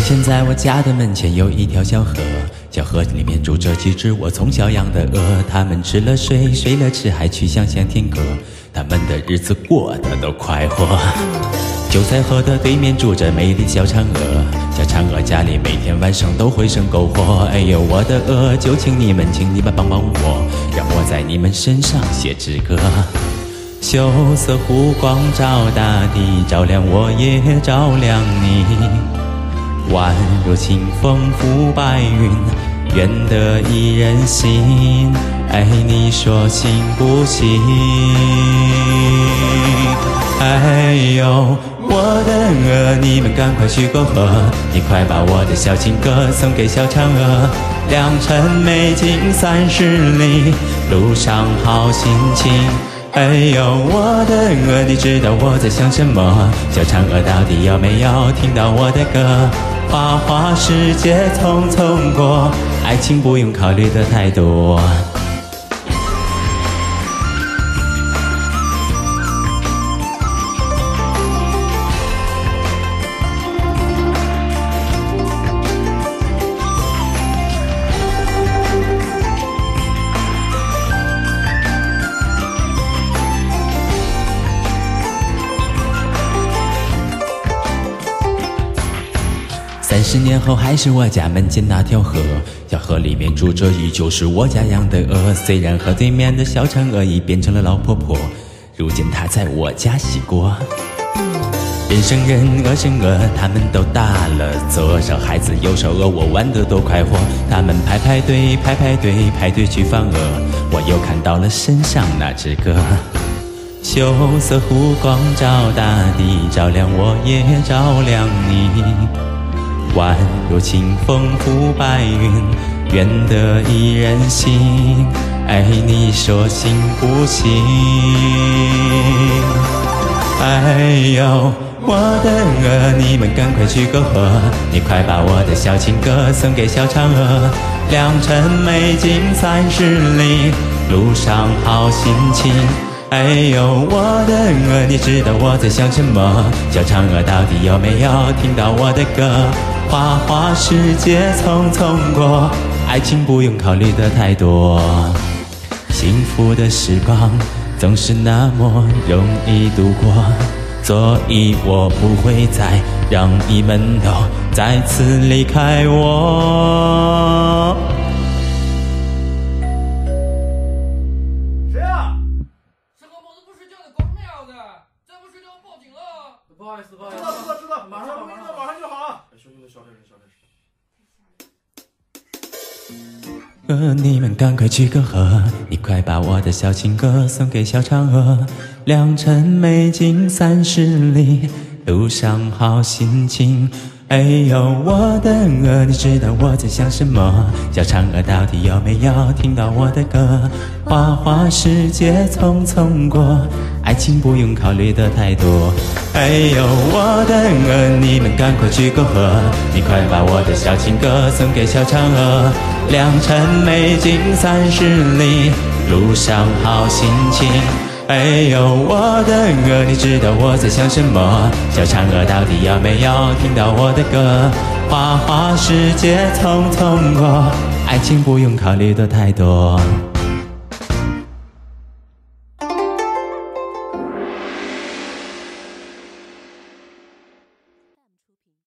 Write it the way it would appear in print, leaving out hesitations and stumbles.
前在我家的门前有一条小河，小河里面住着几只我从小养的鹅，它们吃了睡，睡了吃，还去向前听歌，它们的日子过得都快活。就在河的对面住着美丽小嫦娥，小嫦娥家里每天晚上都会生篝火。哎呦，我的鹅，就请你们帮帮我，让我在你们身上写支歌。羞涩湖光照大地，照亮我也照亮你，宛如清风拂白云，愿得一人心。哎，你说行不行？哎呦，我的鹅，你们赶快去过河，你快把我的小情歌送给小嫦娥。良辰美景30里，路上好心情。哎呦，我的鹅，你知道我在想什么？小嫦娥到底有没有听到我的歌？花花世界匆匆过，爱情不用考虑的太多。30年后还是我家门前那条河，小河里面住着依旧是我家养的鹅。虽然河对面的小嫦娥已变成了老婆婆，如今她在我家洗锅。人生人，鹅生鹅，他们都大了，左手孩子右手鹅，我玩得多快活。他们排队去放鹅，我又看到了身上那只歌。羞涩湖光照大地，照亮我也照亮你，宛如清风拂白云，愿得一人心。哎，你说行不行？哎呦，我的鹅，你们赶快去过河，你快把我的小情歌送给小嫦娥。良辰美景30里，路上好心情。哎呦，我的鹅，你知道我在想什么？小嫦娥到底有没有听到我的歌？花花世界匆匆过，爱情不用考虑的太多。幸福的时光总是那么容易度过，所以我不会再让你们都再次离开我。 谁啊？是和猫子不睡觉的光亮的，再不睡觉我报警了。不好意思，知道，马上就好啊。小点声。 你们赶快去个河，你快把我的小情歌送给小嫦娥。良辰美景30里，路上好心情。哎呦，我的鹅，你知道我在想什么？小嫦娥到底有没有听到我的歌？花花世界匆匆过，爱情不用考虑的太多。哎呦，我的鹅，你们赶快去过河，你快把我的小情歌送给小嫦娥。良辰美景30里，路上好心情。哎呦，我的鹅，你知道我在想什么？小嫦娥到底有没有听到我的歌？花花世界匆匆过，爱情不用考虑的太多。